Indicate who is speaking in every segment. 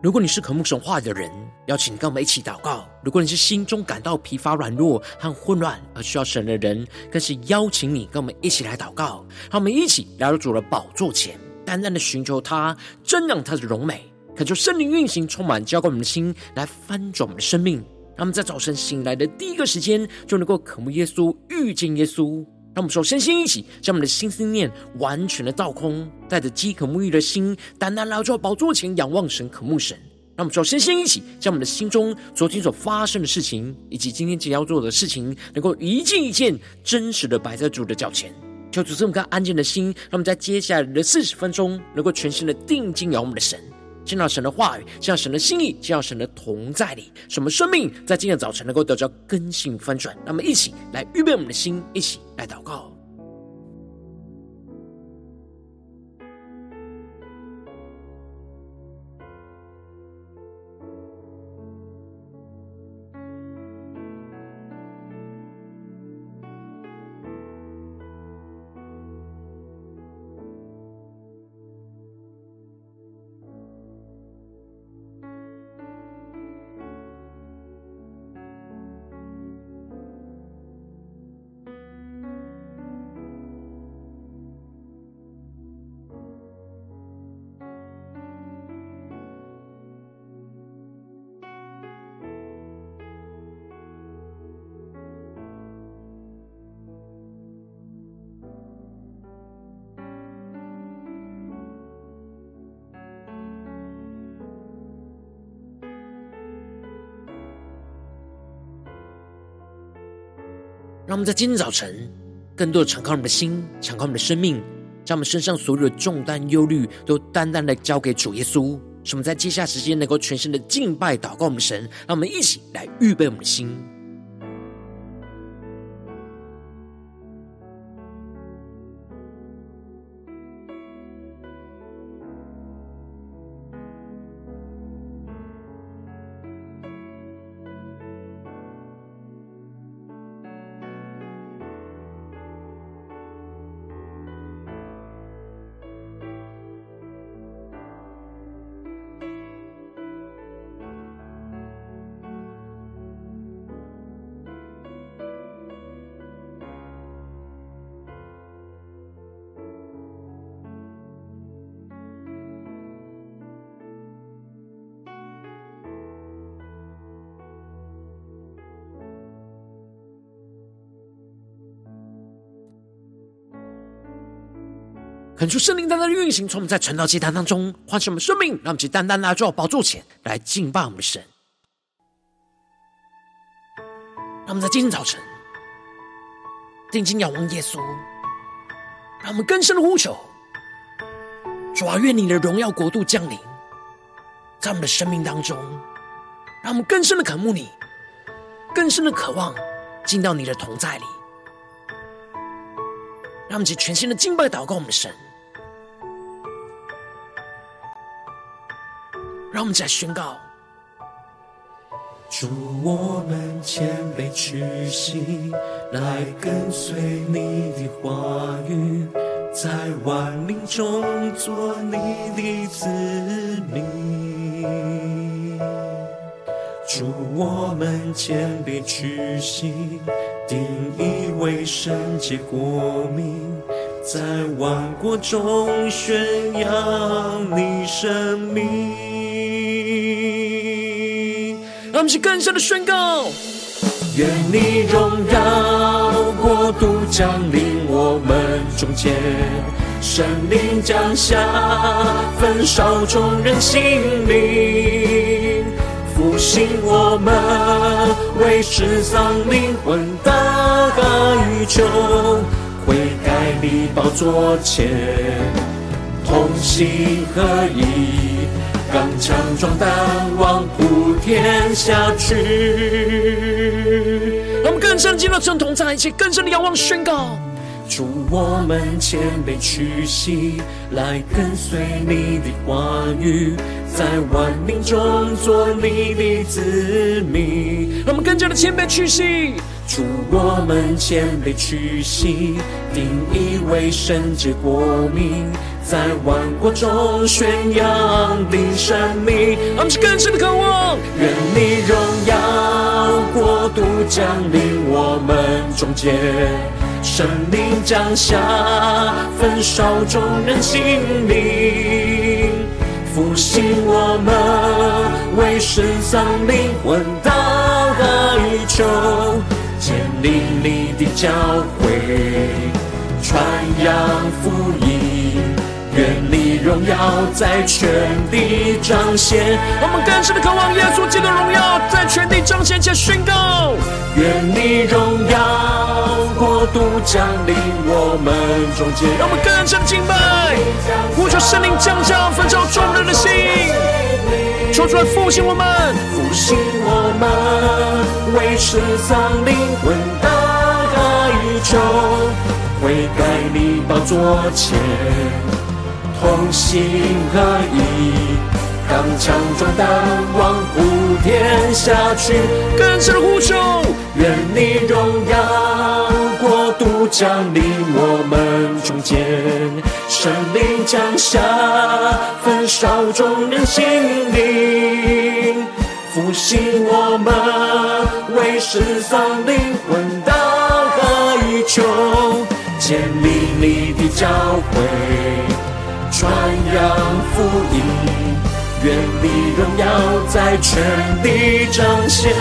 Speaker 1: 如果你是渴慕神话语的人，邀请你跟我们一起祷告。如果你是心中感到疲乏软弱和混乱而需要神的人，更是邀请你跟我们一起来祷告。让我们一起来到主的宝座前，单单的寻求他，瞻仰他的荣美，恳求圣灵运行充满浇灌我们的心，来翻转我们的生命。让我们在早晨醒来的第一个时间就能够渴慕耶稣，遇见耶稣。让我们首先一起将我们的心思念完全的倒空，带着饥渴沐浴的心，单单来到宝座前仰望神，渴慕神。让我们首先一起将我们的心中昨天所发生的事情，以及今天即将要做的事情，能够一件一件真实的摆在主的脚前。求主赐我们个安静的心，让我们在接下来的40分钟能够全心的定睛仰望我们的神，见到神的话语，见到神的心意，见到神的同在里，使我们生命在今天的早晨能够得到更新翻转。让我们一起来预备我们的心，一起来祷告。让我们在今天早晨更多的敞开我们的心，敞开我们的生命，将我们身上所有的重担忧虑都单单的交给主耶稣，使我们在接下来时间能够全心的敬拜祷告我们的神。让我们一起来预备我们的心。恳求圣灵单单的运行，从我们在晨祷祭坛当中唤醒我们生命，让我们去单单来到宝座前来敬拜我们的神。让我们在今天早晨定睛仰望耶稣，让我们更深的呼求，主啊，愿你的荣耀国度降临在我们的生命当中，让我们更深的渴慕你，更深的渴望进到你的同在里。让我们全心的敬拜祷告我们的神。让我们再宣告，
Speaker 2: 主，我们谦卑屈膝，来跟随你的话语，在万民中做你的子民。主，我们谦卑屈膝，定义为圣洁国民，在万国中宣扬你生命。
Speaker 1: 让我们去更深的宣告，
Speaker 2: 愿你荣耀国度降临我们中间，圣灵降下，焚烧众人心灵，复兴我们为失丧灵魂大宇宙，悔改你宝座前，同心合一，刚强壮胆往普天下去。
Speaker 1: 让我们更深进入到神同在一起，更深的仰望宣告，
Speaker 2: 主，我们谦卑屈膝，来跟随你的话语，在万民中做你的子民。
Speaker 1: 让我们更加的谦卑屈膝，
Speaker 2: 主，我们谦卑屈膝，定义为圣洁国民， 在万国中宣扬你生命。
Speaker 1: 我们是更深的渴望，
Speaker 2: 愿你荣耀国度降临我们中间，圣灵降下，焚烧众人心灵，复兴我们为失丧灵魂的哀求，建立你的教会，传扬福音，愿你荣耀在全地彰显。
Speaker 1: 我们更深的渴望耶稣基督的荣耀在全地彰显且宣告，
Speaker 2: 愿你荣耀国度降临我们中间。
Speaker 1: 让我们更深的敬拜，呼求圣灵降下，焚烧众人的心，求主来复兴我们，
Speaker 2: 复兴我们为失丧灵魂的哀求，悔改你宝座前，同心合一，刚强壮胆，往普天下去。
Speaker 1: 更深的呼求，
Speaker 2: 愿你荣耀国度降临我们中间，圣灵降下，焚烧众人心灵，复兴我们为失丧灵魂的哀求，建立你的教会，传扬福音，愿你荣耀在全地彰显。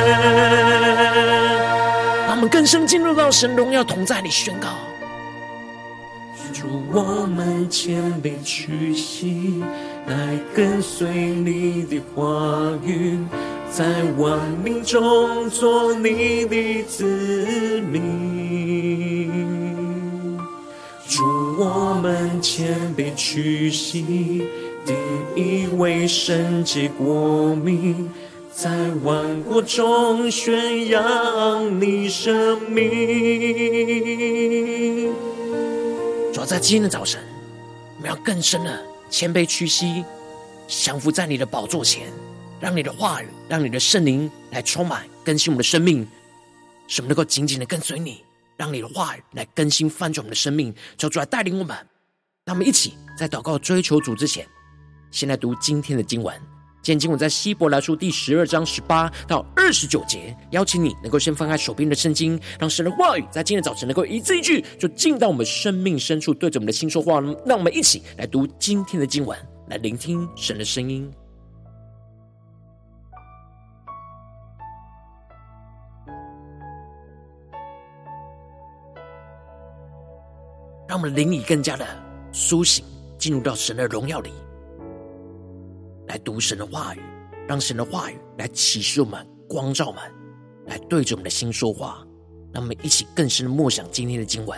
Speaker 1: 让我们更深进入到神荣耀同在里宣告，
Speaker 2: 主，我们谦卑屈膝，来跟随你的话语，在万民中做你的子民。主，我们谦卑屈膝，第一位圣洁国民，在万国中宣扬你生命。
Speaker 1: 主要在今天的早晨，我们要更深的谦卑屈膝，降服在你的宝座前，让你的话语，让你的圣灵来充满更新我们的生命，使我们能够紧紧的跟随你，让你的话语来更新翻转我们的生命。求主来带领我们，让我们一起在祷告追求主之前，先来读今天的经文。今天经文在希伯来书第12章18到29节，邀请你能够先翻开手边的圣经，让神的话语在今天早晨能够一字一句就进到我们生命深处，对着我们的心说话。让我们一起来读今天的经文，来聆听神的声音。让我们的灵里更加的苏醒，进入到神的荣耀里，来读神的话语，让神的话语来启示我们，光照我们，来对着我们的心说话。让我们一起更深的默想今天的经文。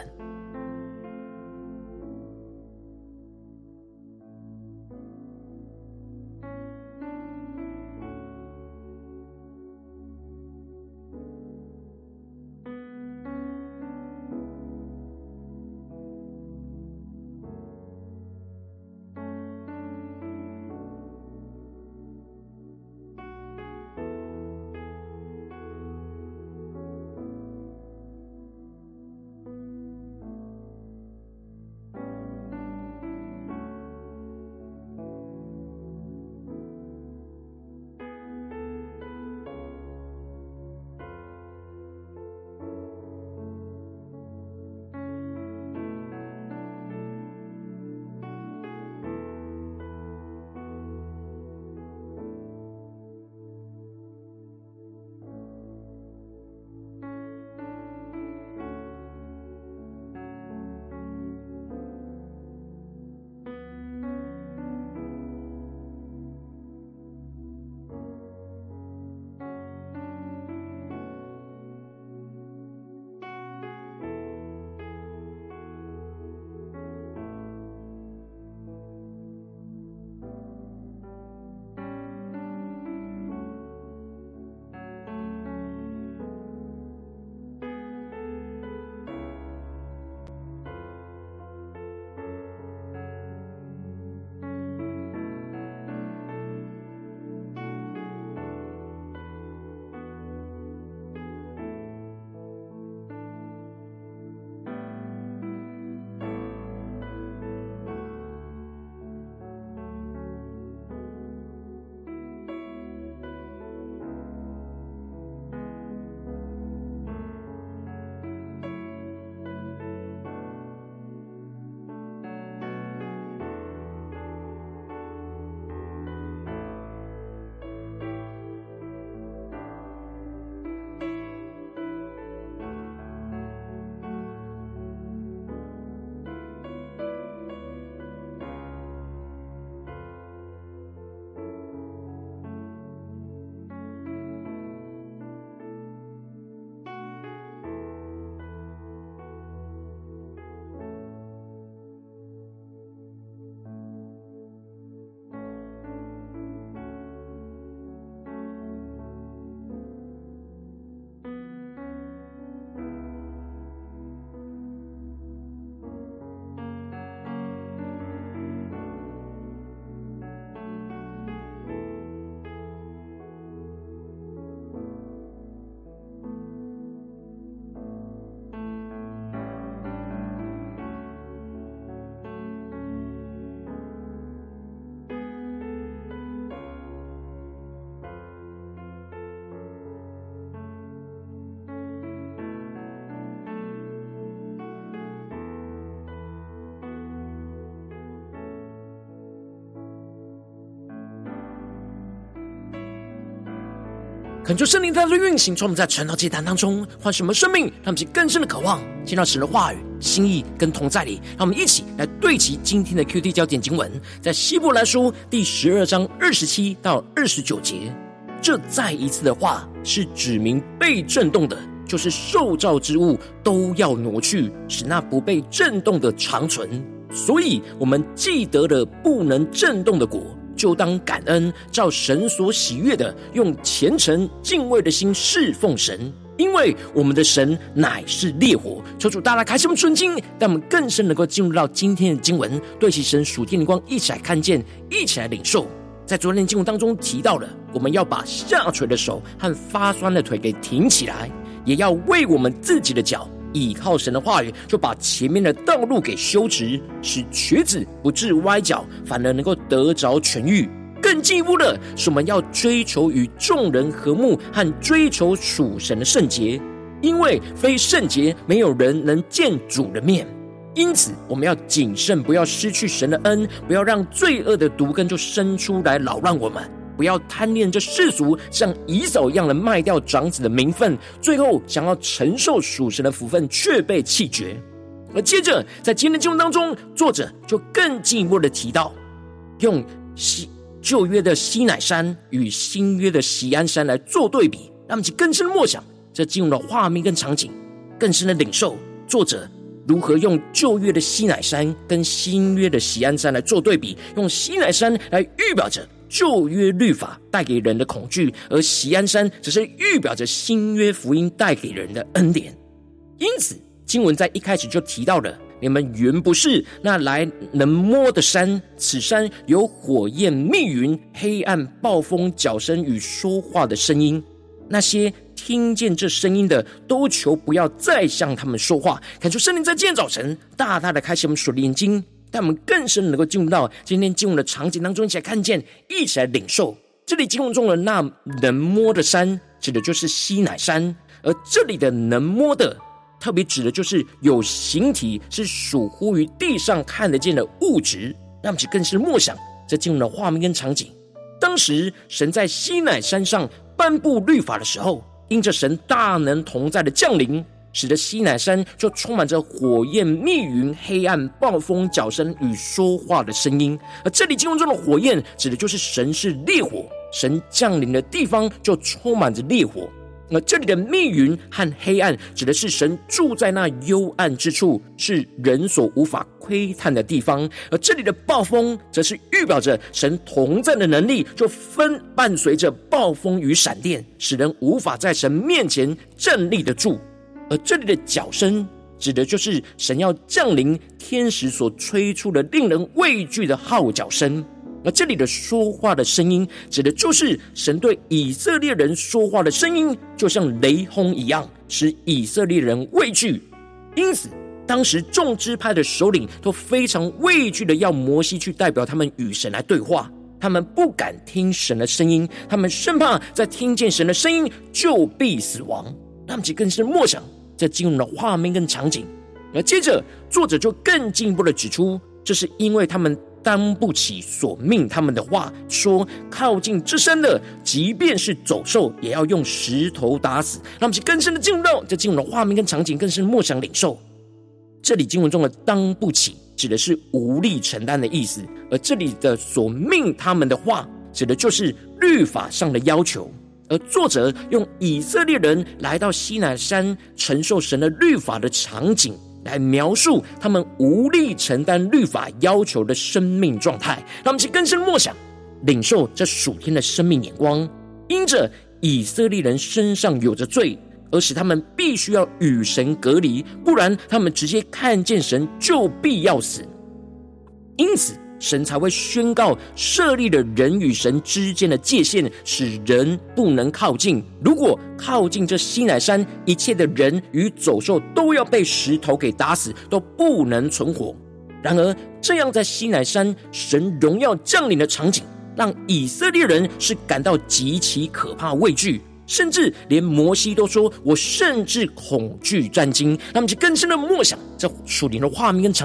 Speaker 1: 恳求圣灵在这运行，从我们在传道祭坛当中唤醒我们生命，让我们更深的渴望见到神的话语、心意跟同在里。让我们一起来对齐今天的 QT 焦点经文，在希伯来书第12章27到29节。这再一次的话是指明被震动的，就是受造之物都要挪去，使那不被震动的长存。所以我们既得了不能震动的果，就当感恩，照神所喜悦的，用虔诚敬畏的心侍奉神。因为我们的神乃是烈火。求主大大开启我们纯经，让我们更深能够进入到今天的经文，对其神属天的光一起来看见，一起来领受。在昨天的经文当中提到了，我们要把下垂的手和发酸的腿给挺起来，也要为我们自己的脚倚靠神的话语，就把前面的道路给修直，使瘸子不致歪脚，反而能够得着痊愈。更进一步的是，我们要追求与众人和睦，和追求属神的圣洁，因为非圣洁没有人能见主的面。因此我们要谨慎，不要失去神的恩，不要让罪恶的毒根就生出来扰乱我们，不要贪恋这世俗，像以扫一样的卖掉长子的名分，最后想要承受属神的福分，却被弃绝。而接着在今天的经文当中，作者就更进一步的提到，用旧约的西乃山与新约的锡安山来做对比，让我们更深默想这经文的画面跟场景，更深的领受作者如何用旧约的西乃山跟新约的锡安山来做对比，用西乃山来预表着旧约律法带给人的恐惧，而锡安山只是预表着新约福音带给人的恩典。因此经文在一开始就提到了，你们原不是那来能摸的山，此山有火焰密云、黑暗、暴风、角声与说话的声音。那些听见这声音的，都求不要再向他们说话。恳求圣灵在今天早晨大大的开启我们属灵眼睛，但我们更深能够进入到今天经文的场景当中，一起来看见，一起来领受。这里经文中的那能摸的山，指的就是西乃山，而这里的能摸的，特别指的就是有形体，是属乎于地上看得见的物质。让我们更是默想这经文的画面跟场景。当时神在西乃山上颁布律法的时候，因着神大能同在的降临，使得西乃山就充满着火焰密云、黑暗、暴风、角声与说话的声音。而这里经文中的火焰指的就是神是烈火，神降临的地方就充满着烈火。而这里的密云和黑暗指的是神住在那幽暗之处，是人所无法窥探的地方。而这里的暴风则是预表着神同在的能力，就伴随着暴风与闪电，使人无法在神面前站立得住。而这里的角声指的就是神要降临，天使所吹出的令人畏惧的号角声。而这里的说话的声音指的就是神对以色列人说话的声音，就像雷轰一样，使以色列人畏惧。因此当时众支派的首领都非常畏惧的要摩西去代表他们与神来对话，他们不敢听神的声音，他们生怕在听见神的声音就必死亡。他们更是默想这经文的画面跟场景。而接着作者就更进一步的指出，这是因为他们担不起所命他们的话，说靠近这山的，即便是走兽，也要用石头打死。让我们更深的进入到这经文的画面跟场景，更深默想领受。这里经文中的当不起指的是无力承担的意思，而这里的所命他们的话指的就是律法上的要求。而作者用以色列人来到西乃山承受神的律法的场景来描述他们无力承担律法要求的生命状态。让我们更深默想领受这属天的生命眼光，因着以色列人身上有着罪，而使他们必须要与神隔离，不然他们直接看见神就必要死。因此神才会宣告设立了人与神之间的界限，使人不能靠近。如果靠近这西乃山，一切的人与走兽都要被石头给打死，都不能存活。然而这样在西乃山神荣耀降临的场景，让以色列人是感到极其可怕畏惧，甚至连摩西都说，我甚至恐惧战惊。让我们更深的默想这属灵的画面跟场景。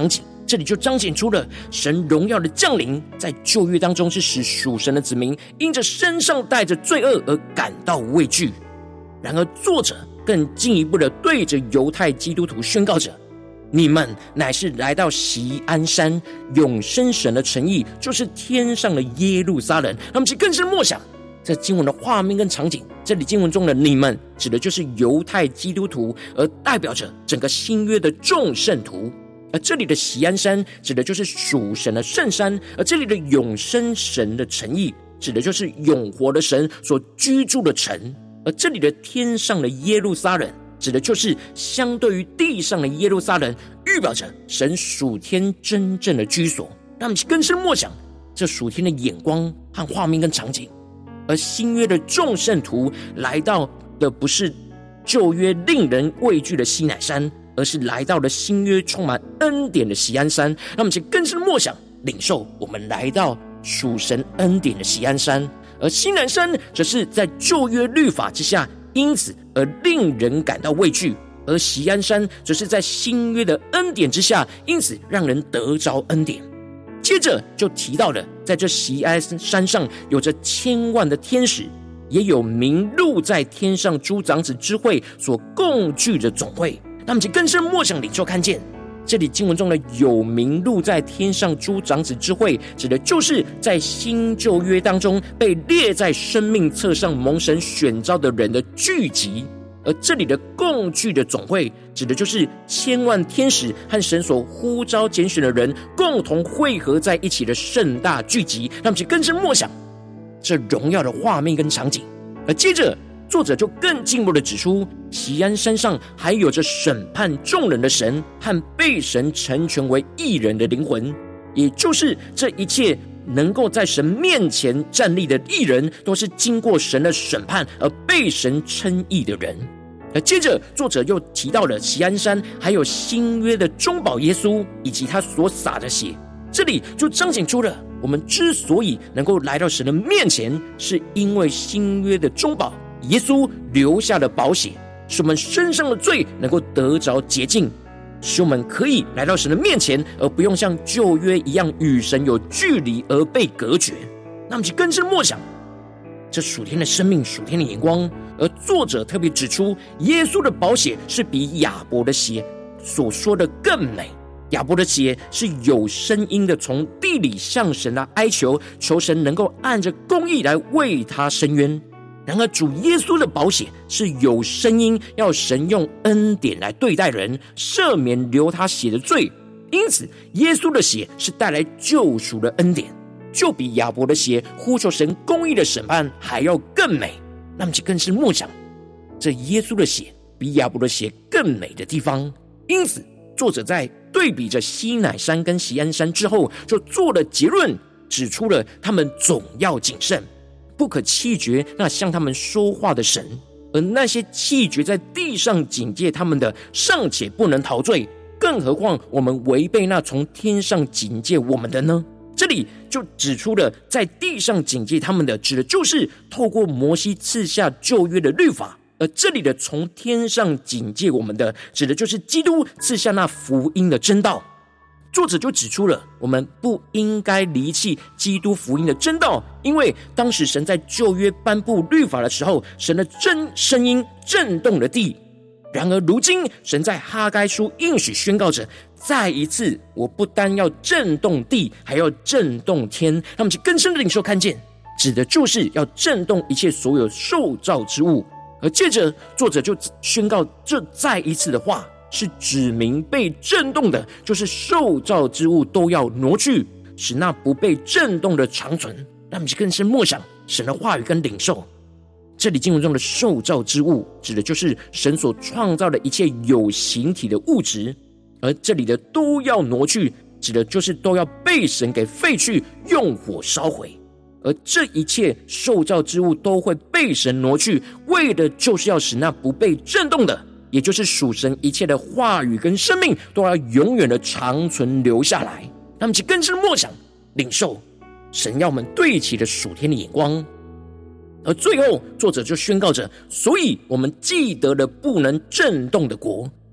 Speaker 1: 这里就彰显出了神荣耀的降临，在旧约当中是使属神的子民因着身上带着罪恶而感到畏惧。然而作者更进一步的对着犹太基督徒宣告着，你们乃是来到锡安山，永生神的城邑就是天上的耶路撒冷。他们其更是默想这经文的画面跟场景，这里经文中的你们指的就是犹太基督徒，而代表着整个新约的众圣徒。而这里的锡安山指的就是属神的圣山，而这里的永生神的城邑指的就是永活的神所居住的城，而这里的天上的耶路撒冷指的就是相对于地上的耶路撒冷，预表着神属天真正的居所。让我们更深默想这属天的眼光和画面跟场景。而新约的众圣徒来到的不是旧约令人畏惧的西乃山，而是来到了新约充满恩典的锡安山。让我们更深默想领受我们来到属神恩典的锡安山。而西乃山则是在旧约律法之下，因此而令人感到畏惧，而锡安山则是在新约的恩典之下，因此让人得着恩典。接着就提到了在这锡安山上有着千万的天使，也有名录在天上诸长子之会所共聚的总会。那么更深默想领受看见，这里经文中的有名录在天上诸长子之会，指的就是在新旧约当中被列在生命册上蒙神选召的人的聚集。而这里的共聚的总会，指的就是千万天使和神所呼召拣选的人共同汇合在一起的盛大聚集。让我们更深默想这荣耀的画面跟场景。而接着作者就更进一步的指出，锡安山上还有着审判众人的神和被神成全为义人的灵魂，也就是这一切能够在神面前站立的义人，都是经过神的审判而被神称义的人。而接着作者又提到了锡安山还有新约的中保耶稣以及他所洒的血，这里就彰显出了我们之所以能够来到神的面前，是因为新约的中保耶稣留下的宝血，使我们身上的罪能够得着洁净，使我们可以来到神的面前，而不用像旧约一样与神有距离而被隔绝。那么就更深默想这属天的生命、属天的眼光。而作者特别指出，耶稣的宝血是比亚伯的血所说的更美。亚伯的血是有声音的从地里向神来哀求，求神能够按着公义来为他伸冤。然而主耶稣的宝血是有声音，要神用恩典来对待人，赦免流他血的罪。因此耶稣的血是带来救赎的恩典，就比亚伯的血呼求神公义的审判还要更美。那么就更是默想这耶稣的血比亚伯的血更美的地方。因此作者在对比着西乃山跟锡安山之后，就做了结论，指出了他们总要谨慎，不可弃绝那向他们说话的神，而那些弃绝在地上警戒他们的，尚且不能逃罪，更何况我们违背那从天上警戒我们的呢？这里就指出了在地上警戒他们的，指的就是透过摩西赐下旧约的律法，而这里的从天上警戒我们的，指的就是基督赐下那福音的真道。作者就指出了我们不应该离弃基督福音的真道，因为当时神在旧约颁布律法的时候，神的真声音震动了地。然而如今神在哈该书应许宣告着，再一次我不单要震动地，还要震动天。让我们去更深的领受看见，指的就是要震动一切所有受造之物。而接着作者就宣告，这再一次的话是指明被震动的就是受造之物都要挪去，使那不被震动的长存。让我们去更深默想神的话语跟领受。这里经文中的受造之物，指的就是神所创造的一切有形体的物质，而这里的都要挪去，指的就是都要被神给废去，用火烧毁。而这一切受造之物都会被神挪去，为的就是要使那不被震动的，也就是属神一切的话语跟生命，都要永远的长存留下来。那么更深默想领受神要我们对齐的属天的眼光。而最后作者就宣告着，所以我们既得了不能震动的国，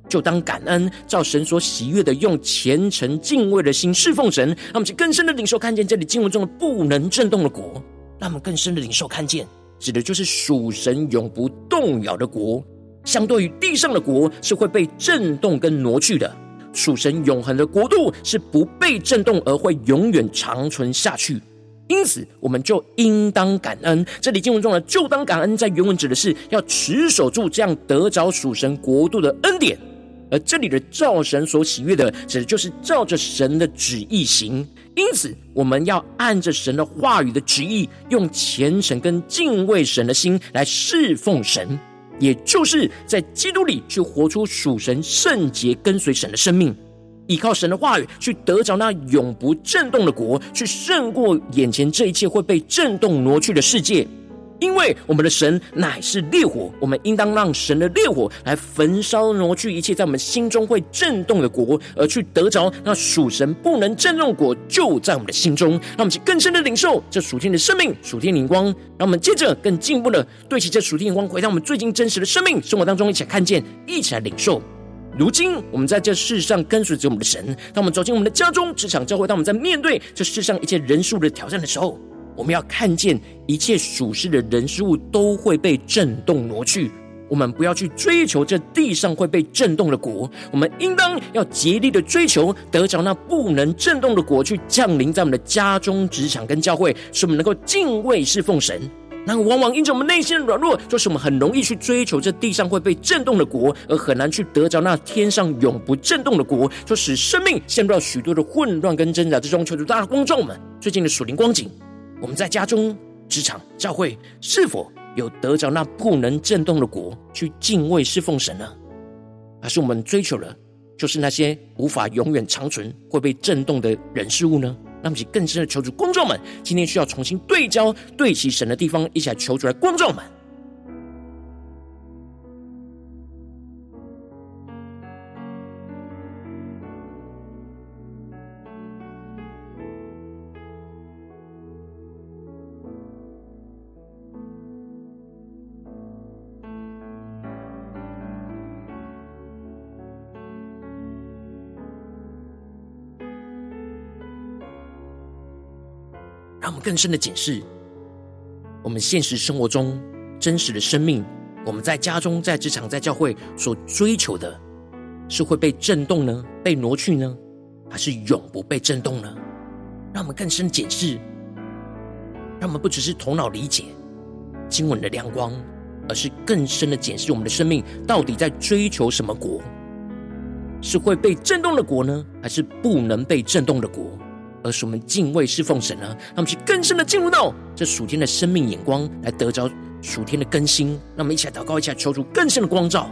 Speaker 1: 就当感恩，照神所喜悦的，用虔诚敬畏的心侍奉神。让我们去更深的领受看见这里经文中的不能震动的国，让我们更深的领受看见，指的就是属神永不动摇的国。相对于地上的国是会被震动跟挪去的，属神永恒的国度是不被震动而会永远长存下去。因此我们就应当感恩。这里经文中的就当感恩，在原文指的是要持守住这样得着属神国度的恩典，而这里的照神所喜悦的，指的就是照着神的旨意行。因此我们要按着神的话语的旨意，用虔诚跟敬畏神的心来侍奉神，也就是在基督里去活出属神圣洁跟随神的生命，依靠神的话语去得着那永不震动的国，去胜过眼前这一切会被震动挪去的世界。因为我们的神乃是烈火，我们应当让神的烈火来焚烧挪去一切在我们心中会震动的国，而去得着那属神不能震动的国就在我们的心中。让我们去更深的领受这属天的生命、属天灵光，让我们接着更进一步的对齐这属天灵光，回到我们最近真实的生命生活当中，一起来看见，一起来领受。如今我们在这世上跟随着我们的神，当我们走进我们的家中、职场、教会，当我们在面对这世上一切人数的挑战的时候，我们要看见一切属世的人事物都会被震动挪去。我们不要去追求这地上会被震动的国，我们应当要竭力的追求得着那不能震动的国，去降临在我们的家中、职场跟教会，使我们能够敬畏侍奉神。然后往往因着我们内心的软弱，就是我们很容易去追求这地上会被震动的国，而很难去得着那天上永不震动的国，就使生命陷入到许多的混乱跟挣扎之中。求主大家光照我们最近的属灵光景，我们在家中、职场、教会是否有得着那不能震动的国，去敬畏侍奉神呢？还是我们追求的就是那些无法永远长存、会被震动的人事物呢？让我们一起更深的求主光照们，今天需要重新对焦对齐神的地方，一起来求主来光照们。让我们更深的检视我们现实生活中真实的生命，我们在家中、在职场、在教会所追求的，是会被震动呢，被挪去呢，还是永不被震动呢？让我们更深检视，让我们不只是头脑理解经文的亮光，而是更深的检视我们的生命到底在追求什么国，是会被震动的国呢，还是不能被震动的国，而是我们敬畏侍奉神呢？让我们去更深的进入到这属天的生命眼光，来得着属天的更新。让我们一起来祷告，一起来求主更深的光照。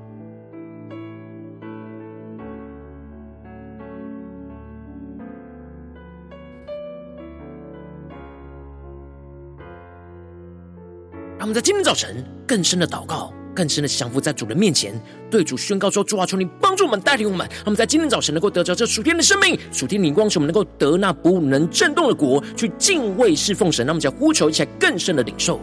Speaker 1: 让我们在今天早晨更深的祷告，更深的降服在主的面前，对主宣告说：主啊，求你帮助我们，带领我们，让我们在今天早晨能够得着这属天的生命、属天的灵光，使我们能够得那不能震动的国，去敬畏侍奉神。让我们讲呼求，一起来更深的领受。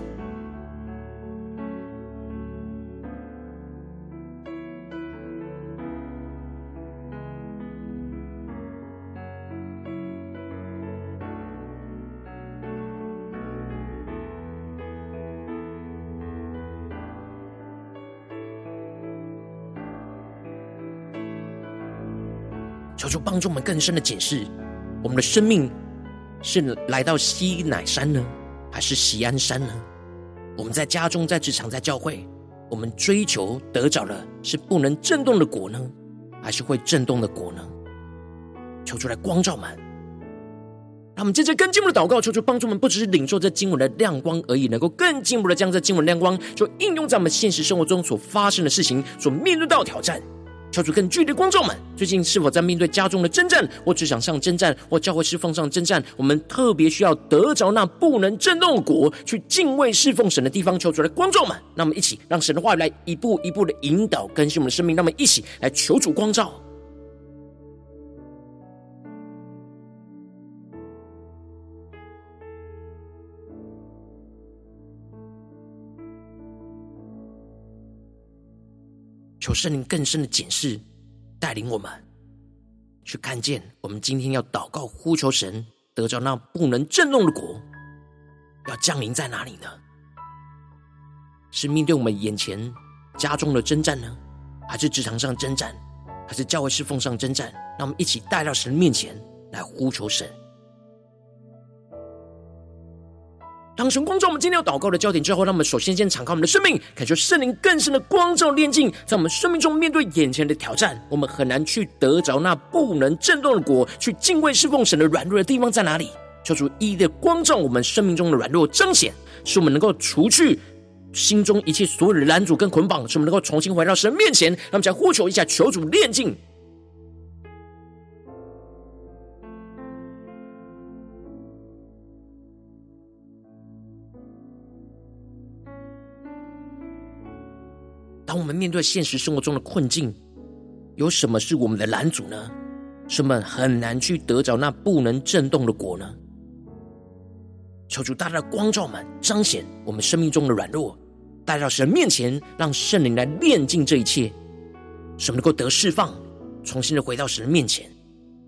Speaker 1: 求主帮助我们更深的检视，我们的生命是来到西乃山呢，还是锡安山呢？我们在家中、在职场、在教会，我们追求得着的是不能震动的国呢，还是会震动的国呢？求主来光照们，让我们接着更进一步的祷告，求主帮助我们，不只是领受这经文的亮光而已，能够更进一步的将这经文亮光就应用在我们现实生活中所发生的事情、所面对到的挑战。求主更具体的光照们，最近是否在面对家中的征战，或职场上征战，或教会侍奉上征战，我们特别需要得着那不能震动的国，去敬畏侍奉神的地方。求主来光照们，让我们一起让神的话语来一步一步的引导更新我们的生命，让我们一起来求主光照。 求圣灵更深的检视带领我们去看见我们今天要祷告呼求神得着那不能震动的国要降临在哪里呢？是面对我们眼前家中的征战呢，还是职场上征战，还是教会侍奉上征战？让我们一起带到神面前来呼求神。当神光照我们今天要祷告的焦点之后，让我们首先先敞开我们的生命，恳求圣灵更深的光照炼净，在我们生命中面对眼前的挑战，我们很难去得着那不能震动的国，去敬畏侍奉神的软弱的地方在哪里？求主一一的光照我们生命中的软弱彰显，使我们能够除去心中一切所有的拦阻跟捆绑，使我们能够重新回到神面前。让我们再呼求一下，求主炼净。当我们面对现实生活中的困境，有什么是我们的拦阻呢？什么很难去得着那不能震动的国呢？求主大大的光照我们，彰显我们生命中的软弱，带到神面前，让圣灵来炼净这一切，使我们能够得释放，重新的回到神的面前。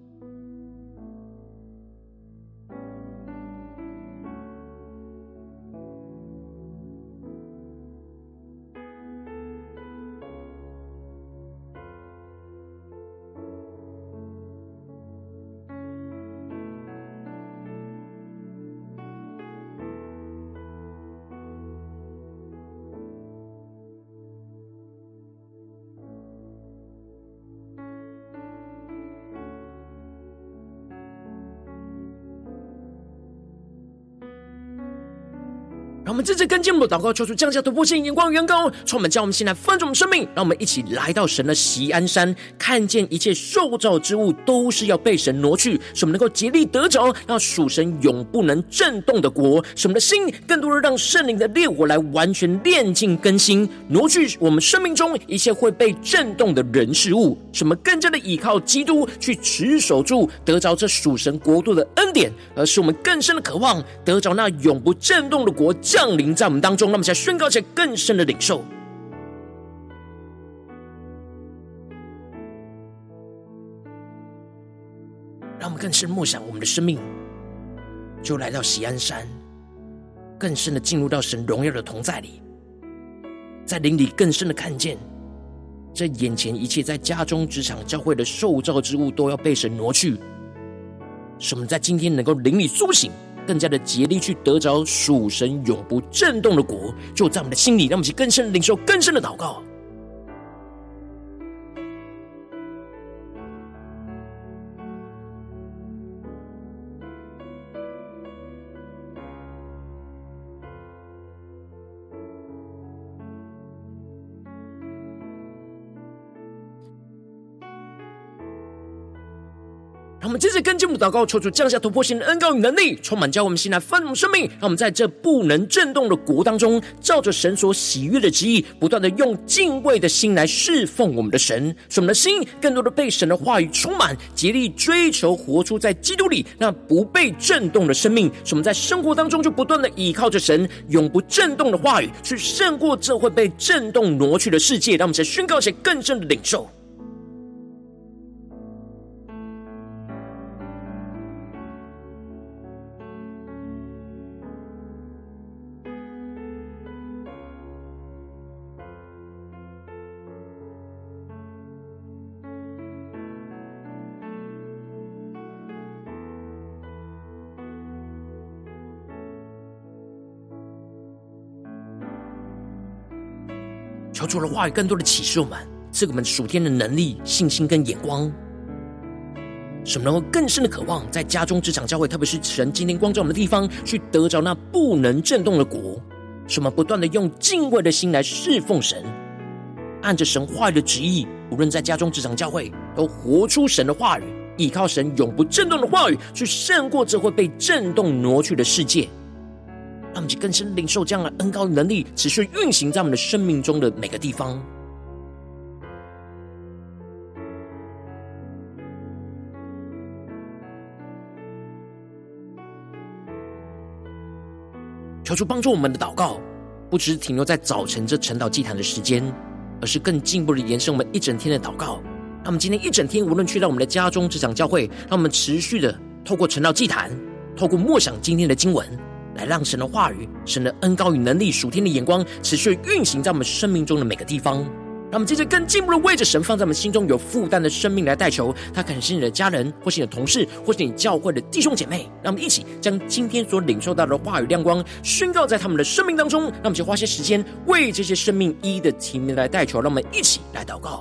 Speaker 1: 让我们这次跟进我们的祷告，求主降下突破性眼光远高，充满将我们现在翻转我们生命。让我们一起来到神的锡安山，看见一切受造之物都是要被神挪去，使我们能够竭力得着让属神永不能震动的国，使我们的心更多的让圣灵的烈火来完全炼净更新，挪去我们生命中一切会被震动的人事物，使我们更加的依靠基督去持守住得着这属神国度的恩典，而使我们更深的渴望得着那永不震动的国降临在我们当中。让我们现在宣告起来更深的领受，让我们更深默想我们的生命就来到锡安山，更深的进入到神荣耀的同在里，在灵里更深的看见这眼前一切在家中职场教会的受造之物都要被神挪去，使我们在今天能够灵里苏醒，更加的竭力去得着属神永不震动的国，就在我们的心里。让我们去更深的领受，更深的祷告。让我们接着跟进我们的祷告，求主降下突破性的恩膏与能力，充满教我们心来翻转生命。让我们在这不能震动的国当中，照着神所喜悦的旨意，不断的用敬畏的心来侍奉我们的神，使我们的心更多的被神的话语充满，竭力追求活出在基督里那不被震动的生命。使我们在生活当中就不断的依靠着神永不震动的话语，去胜过这会被震动挪去的世界。让我们再宣告起来更深的领受。求主的话语更多的启示我们，赐给我们属天的能力、信心跟眼光，使我们能够更深的渴望在家中职场教会，特别是神今天光照我们的地方，去得着那不能震动的国，使我们不断的用敬畏的心来侍奉神，按着神话语的旨意，无论在家中职场教会都活出神的话语，依靠神永不震动的话语，去胜过这会被震动挪去的世界。让我们更深领受这样的恩膏与能力，持续运行在我们的生命中的每个地方。求主帮助我们的祷告，不只是停留在早晨这晨祷祭坛的时间， 而是更进一步的延伸我们一整天的祷告。让我们今天一整天，无论去到我们的家中、职场、教会，让我们持续的透过晨祷祭坛，透过默想今天的经文，来让神的话语、神的恩膏与能力、属天的眼光持续运行在我们生命中的每个地方。让我们接着更进一步的为着神放在我们心中有负担的生命来代求，他可能是你的家人，或是你的同事，或是你教会的弟兄姐妹。让我们一起将今天所领受到的话语亮光宣告在他们的生命当中。让我们就花些时间为这些生命一一的提名来代求。让我们一起来祷告。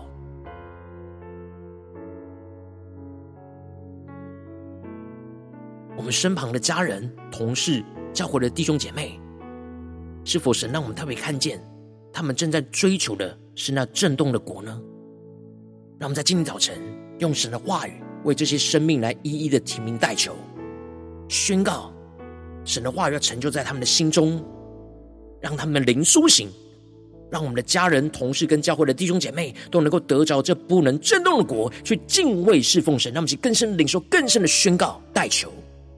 Speaker 1: 我们身旁的家人、同事、教会的弟兄姐妹，是否神让我们特别看见他们正在追求的是那震动的国呢？让我们在今天早晨用神的话语为这些生命来一一的提名代求，宣告神的话语要成就在他们的心中，让他们的灵苏醒，让我们的家人、同事跟教会的弟兄姐妹都能够得着这不能震动的国，去敬畏侍奉神。让我们去更深的领受、更深的宣告代求。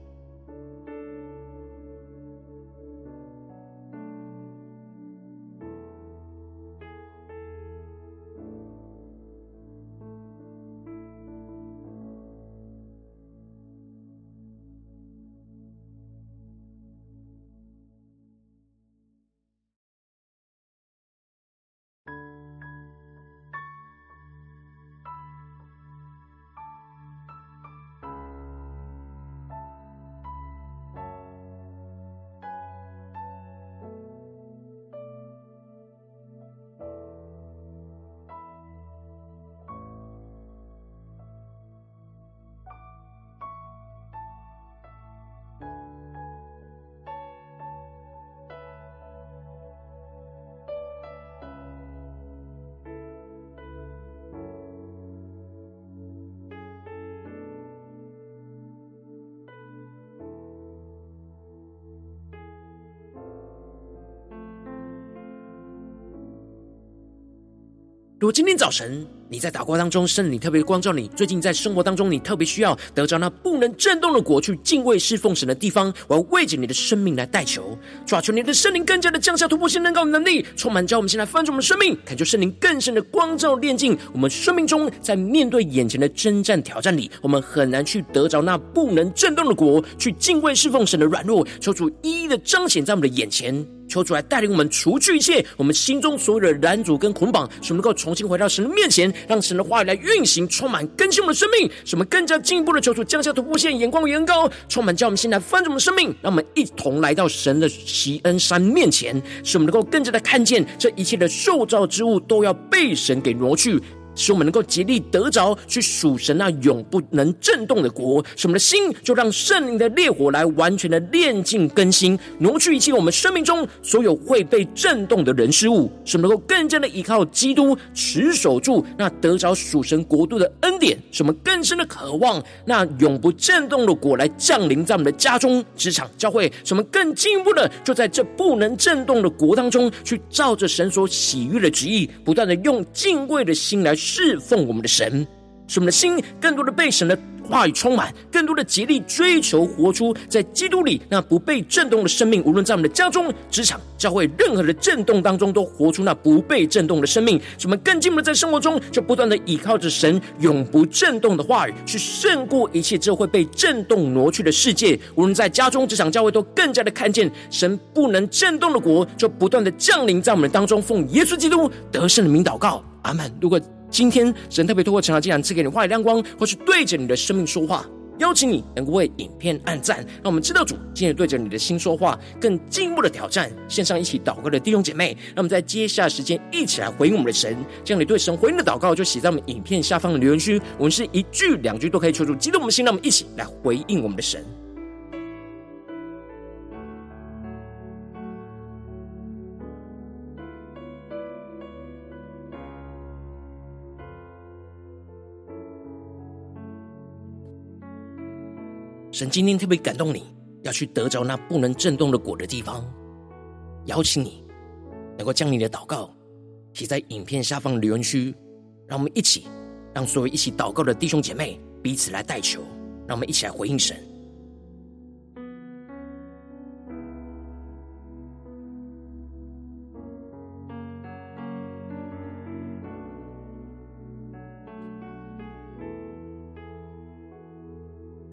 Speaker 1: 如果今天早晨你在祷告当中，圣灵特别光照你，最近在生活当中你特别需要得着那不能震动的国，去敬畏侍奉神的地方，我要为着你的生命来代求。主啊，求你的圣灵更加的降下突破性能高的能力，充满叫我们现在翻转我们生命，恳求圣灵更深的光照炼净我们生命中，在面对眼前的征战挑战里，我们很难去得着那不能震动的国，去敬畏侍奉神的软弱，求主一一的彰显在我们的眼前。求主来带领我们除去一切我们心中所有的拦阻跟捆绑，使我们能够重新回到神的面前，让神的话语来运行，充满更新我们的生命，使我们更加进一步的求主降下突破线，眼光与恩膏，充满叫我们现在翻转我们的生命，让我们一同来到神的锡恩山面前，使我们能够更加的看见这一切的受造之物都要被神给挪去，使我们能够竭力得着去属神那永不能震动的国，使我们的心就让圣灵的烈火来完全的炼净更新，挪去一切我们生命中所有会被震动的人事物，使我们能够更加的依靠基督，持守住那得着属神国度的恩典，使我们更深的渴望那永不震动的国来降临在我们的家中、职场、教会，使我们更进一步的就在这不能震动的国当中，去照着神所喜悦的旨意，不断的用敬畏的心来侍奉我们的神，使我们的心更多的被神的话语充满，更多的竭力追求活出在基督里那不被震动的生命，无论在我们的家中、职场、教会任何的震动当中，都活出那不被震动的生命，使我们更进一步的在生活中就不断的依靠着神永不震动的话语，去胜过一切这会被震动挪去的世界。无论在家中、职场、教会，都更加的看见神不能震动的国就不断的降临在我们当中。奉耶稣基督得胜的名祷告，阿们。如果今天神特别透过晨祷祭坛赐给你话语亮光，或是对着你的生命说话，邀请你能够为影片按赞，让我们知道主今天对着你的心说话，更进一步的挑战线上一起祷告的弟兄姐妹，让我们在接下来时间一起来回应我们的神。这样你对神回应的祷告就写在我们影片下方的留言区，我们是一句两句都可以求主激动我们的心，让我们一起来回应我们的神。神今天特别感动你要去得着那不能震动的果的地方，邀请你能够将你的祷告写在影片下方的留言区，让我们一起让所有一起祷告的弟兄姐妹彼此来代求，让我们一起来回应神。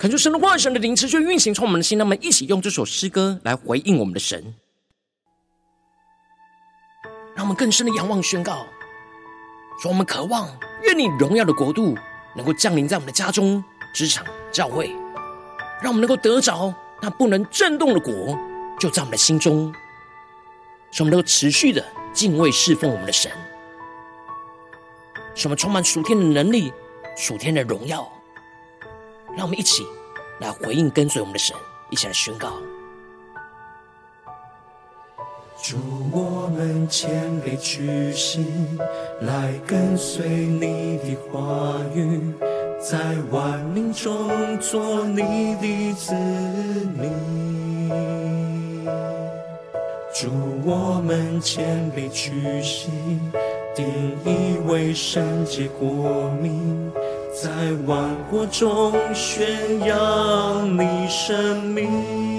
Speaker 1: 恳求神的话语、神的灵持续运行从我们的心，让我们一起用这首诗歌来回应我们的神，让我们更深的仰望宣告，说我们渴望愿你荣耀的国度能够降临在我们的家中、职场、教会，让我们能够得着那不能震动的国就在我们的心中，使我们能够持续的敬畏侍奉我们的神，使我们充满属天的能力、属天的荣耀。让我们一起来回应跟随我们的神，一起来宣告。
Speaker 2: 主，我们谦卑屈膝，来跟随你的话语，在万民中做你的子民。主，我们谦卑屈膝，定义为圣洁国民，在万国中宣扬你生命。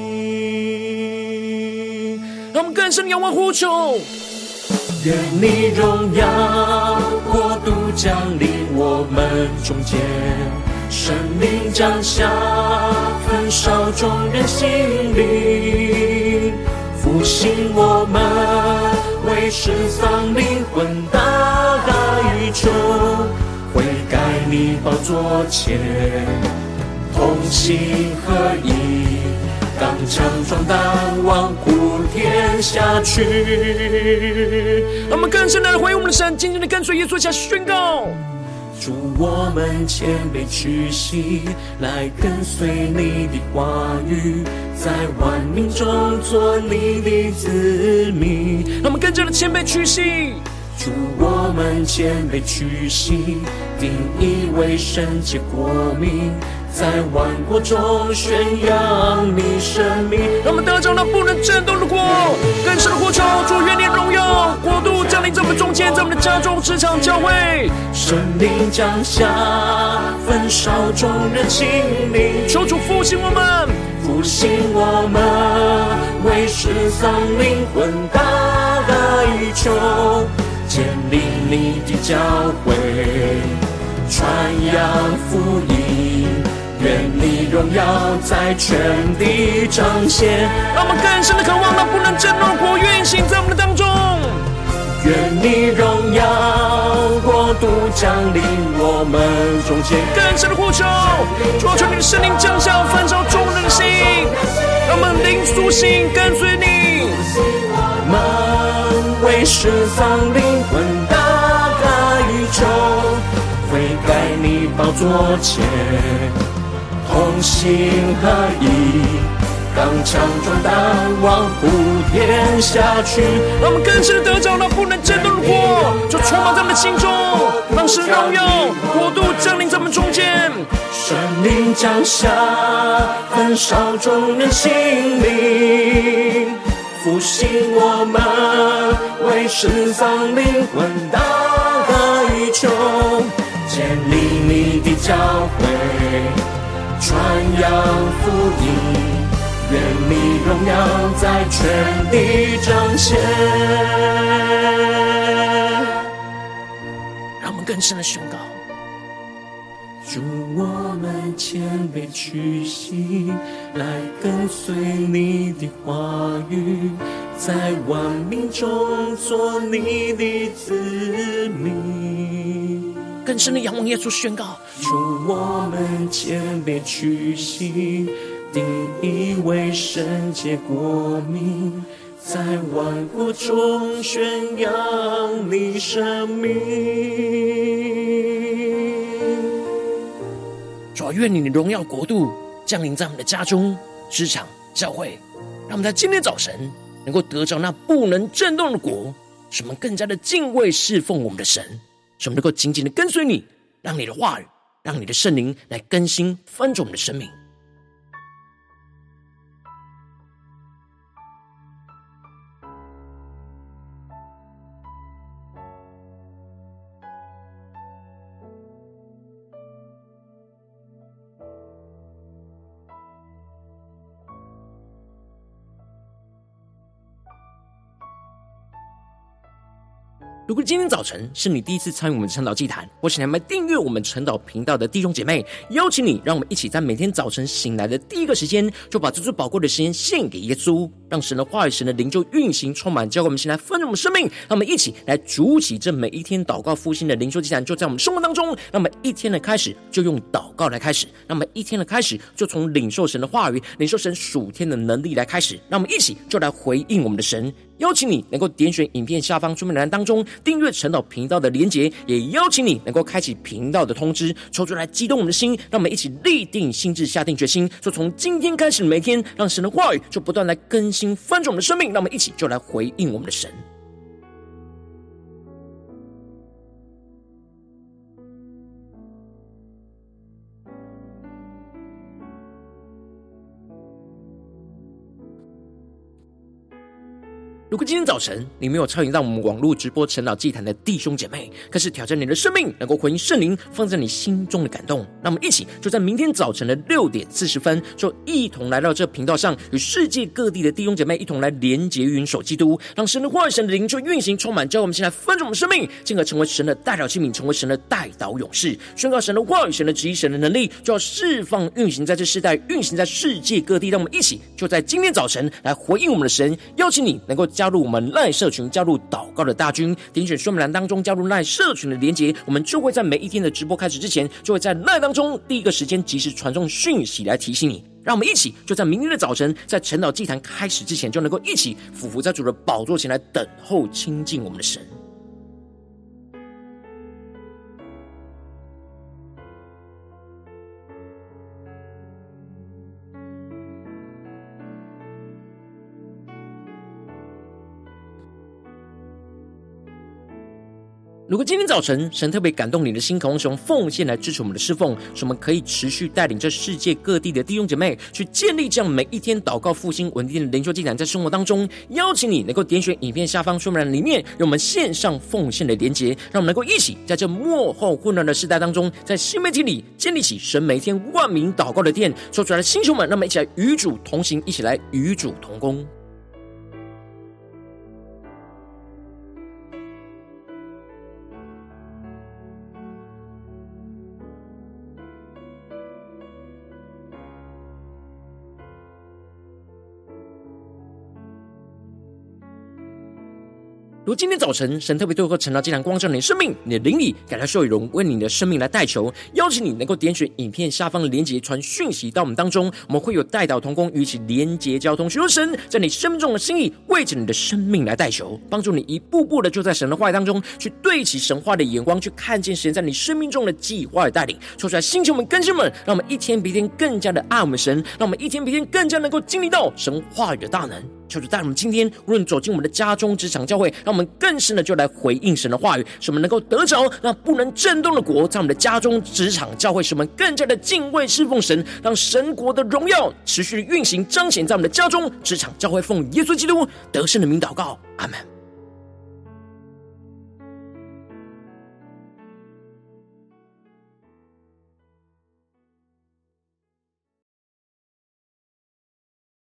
Speaker 1: 让我们更深仰望呼求，
Speaker 2: 愿你荣耀国度降临我们中间，圣灵降下，焚烧众人心灵，复兴我们，为失丧灵魂大哀求，悔改你宝座前，同心合一，刚强壮胆，往普天下去。
Speaker 1: 让我们更深的回应我们的神，紧紧的跟随耶稣下宣告。
Speaker 2: 主，我们谦卑屈膝，来跟随你的话语，在万民中做你的子民。
Speaker 1: 让我们更加的谦卑屈膝。
Speaker 2: 主，我们谦卑屈膝，定义为圣洁国民，在万国中宣扬你生命。
Speaker 1: 让我们得着那不能震动的国，更深的呼求，主愿你荣耀国度降临在我们中间，在我们的家中、职场、教会，
Speaker 2: 圣灵降下，焚烧众人心灵，
Speaker 1: 求主复兴我们，
Speaker 2: 复兴我们，为失丧灵魂大哀求，建立你的教会，传扬福音，愿你荣耀在全地彰显。
Speaker 1: 让我们更深的渴望那不能震动的国运行在我们的当中。
Speaker 2: 愿你荣耀国度降临我们中间，
Speaker 1: 更深的呼求，主啊，求你的圣灵降下，焚烧众人的心，让我们灵苏醒，跟随你。
Speaker 2: 我们为失丧灵魂大哀求，悔改你宝座前，同心合一，刚强壮胆，往普天下去。
Speaker 1: 让我们更深的得着那不能震动的国，就充满在我们的心中，让神荣耀国度降临在我们中间，
Speaker 2: 圣灵降下，焚烧众人心灵，复兴我们，为失丧灵魂大哀求，建立你的教会，传扬福音，愿你荣耀在全地彰显。
Speaker 1: 让我们更深的宣告，
Speaker 2: 主，我们谦卑屈膝，来跟随你的话语，在万民中做你的子民。
Speaker 1: 更深的仰望耶稣宣告，
Speaker 2: 主，我们谦卑屈膝，定义为圣洁国民，在万国中宣扬你生命。
Speaker 1: 主啊，愿你的荣耀国度降临在我们的家中、职场、教会，让我们在今天早晨能够得着那不能震动的国，使我们更加的敬畏侍奉我们的神，使我们能够紧紧的跟随你，让你的话语，让你的圣灵来更新翻转我们的生命。 如果今天早晨是你第一次参与我们晨祷祭坛，或是你还没订阅我们晨祷频道的弟兄姐妹，邀请你让我们一起在每天早晨醒来的第一个时间，就把这最宝贵的时间献给耶稣，让神的话语、神的灵就运行充满，教会我们先来分盛我们生命。让我们一起来筑起这每一天祷告复兴的灵修祭坛，就在我们生活当中。让我们一天的开始就用祷告来开始，让我们一天的开始就从领受神的话语、领受神属天的能力来开始。让我们一起就来回应我们的神。邀请你能够点选影片下方说明栏当中订阅晨祷频道的连结，也邀请你能够开启频道的通知，抽出来激动我们的心。让我们一起立定心志，下定决心，就从今天开始每天，让神的话语就不断来更新翻转我们的生命。让我们一起就来回应我们的神。如果今天早晨你没有参与到我们网络直播晨祷祭坛的弟兄姐妹，更是挑战你的生命，能够回应圣灵放在你心中的感动。那我们一起就在明天早晨的6点40分，就一同来到这频道上，与世界各地的弟兄姐妹一同来连结云手基督，让神的话语、神的灵就运行充满，叫我们现在分盛我们生命，进而成为神的代表器皿，成为神的代祷勇士，宣告神的话语、神的旨意、神的能力，就要释放运行在这世代，运行在世界各地。让我们一起就在今天早晨来回应我们的神。邀请你能够加入我们LINE社群，加入祷告的大军，点选说明栏当中加入LINE社群的连结，我们就会在每一天的直播开始之前，就会在LINE当中第一个时间及时传送讯息来提醒你。让我们一起就在明天的早晨，在晨祷祭坛开始之前，就能够一起俯伏在主的宝座前来等候亲近我们的神。如果今天早晨神特别感动你的心，渴望使用奉献来支持我们的侍奉，使我们可以持续带领这世界各地的弟兄姐妹去建立这样每一天祷告复兴稳定的灵修祭坛，在生活当中邀请你能够点选影片下方说明栏里面有我们线上奉献的连结，让我们能够一起在这末后混乱的时代当中，在新媒体里建立起神每一天万名祷告的殿，说出来的星球们，让我们一起来与主同行，一起来与主同工。如果今天早晨神特别透过晨祷祭坛光照你的生命，你的灵里感到受有荣为你的生命来代求，邀请你能够点选影片下方的连结，传讯息到我们当中，我们会有代祷同工与一起连结交通，寻求神在你生命中的心意，为着你的生命来代求，帮助你一步步的就在神的话语当中去对齐神话的眼光，去看见神在你生命中的计划与带领。说出来星球们更新们，让我们一天比一天更加的爱我们神，让我们一天比一天更加能够经历到神话语的大能。求主带我们今天无论走进我们的家中、职场、教会，让我们更深的就来回应神的话语，使我们能够得着那不能震动的国，在我们的家中、职场、教会，使我们更加的敬畏侍奉神，让神国的荣耀持续运行彰显在我们的家中、职场、教会，奉耶稣基督得胜的名祷告，阿们。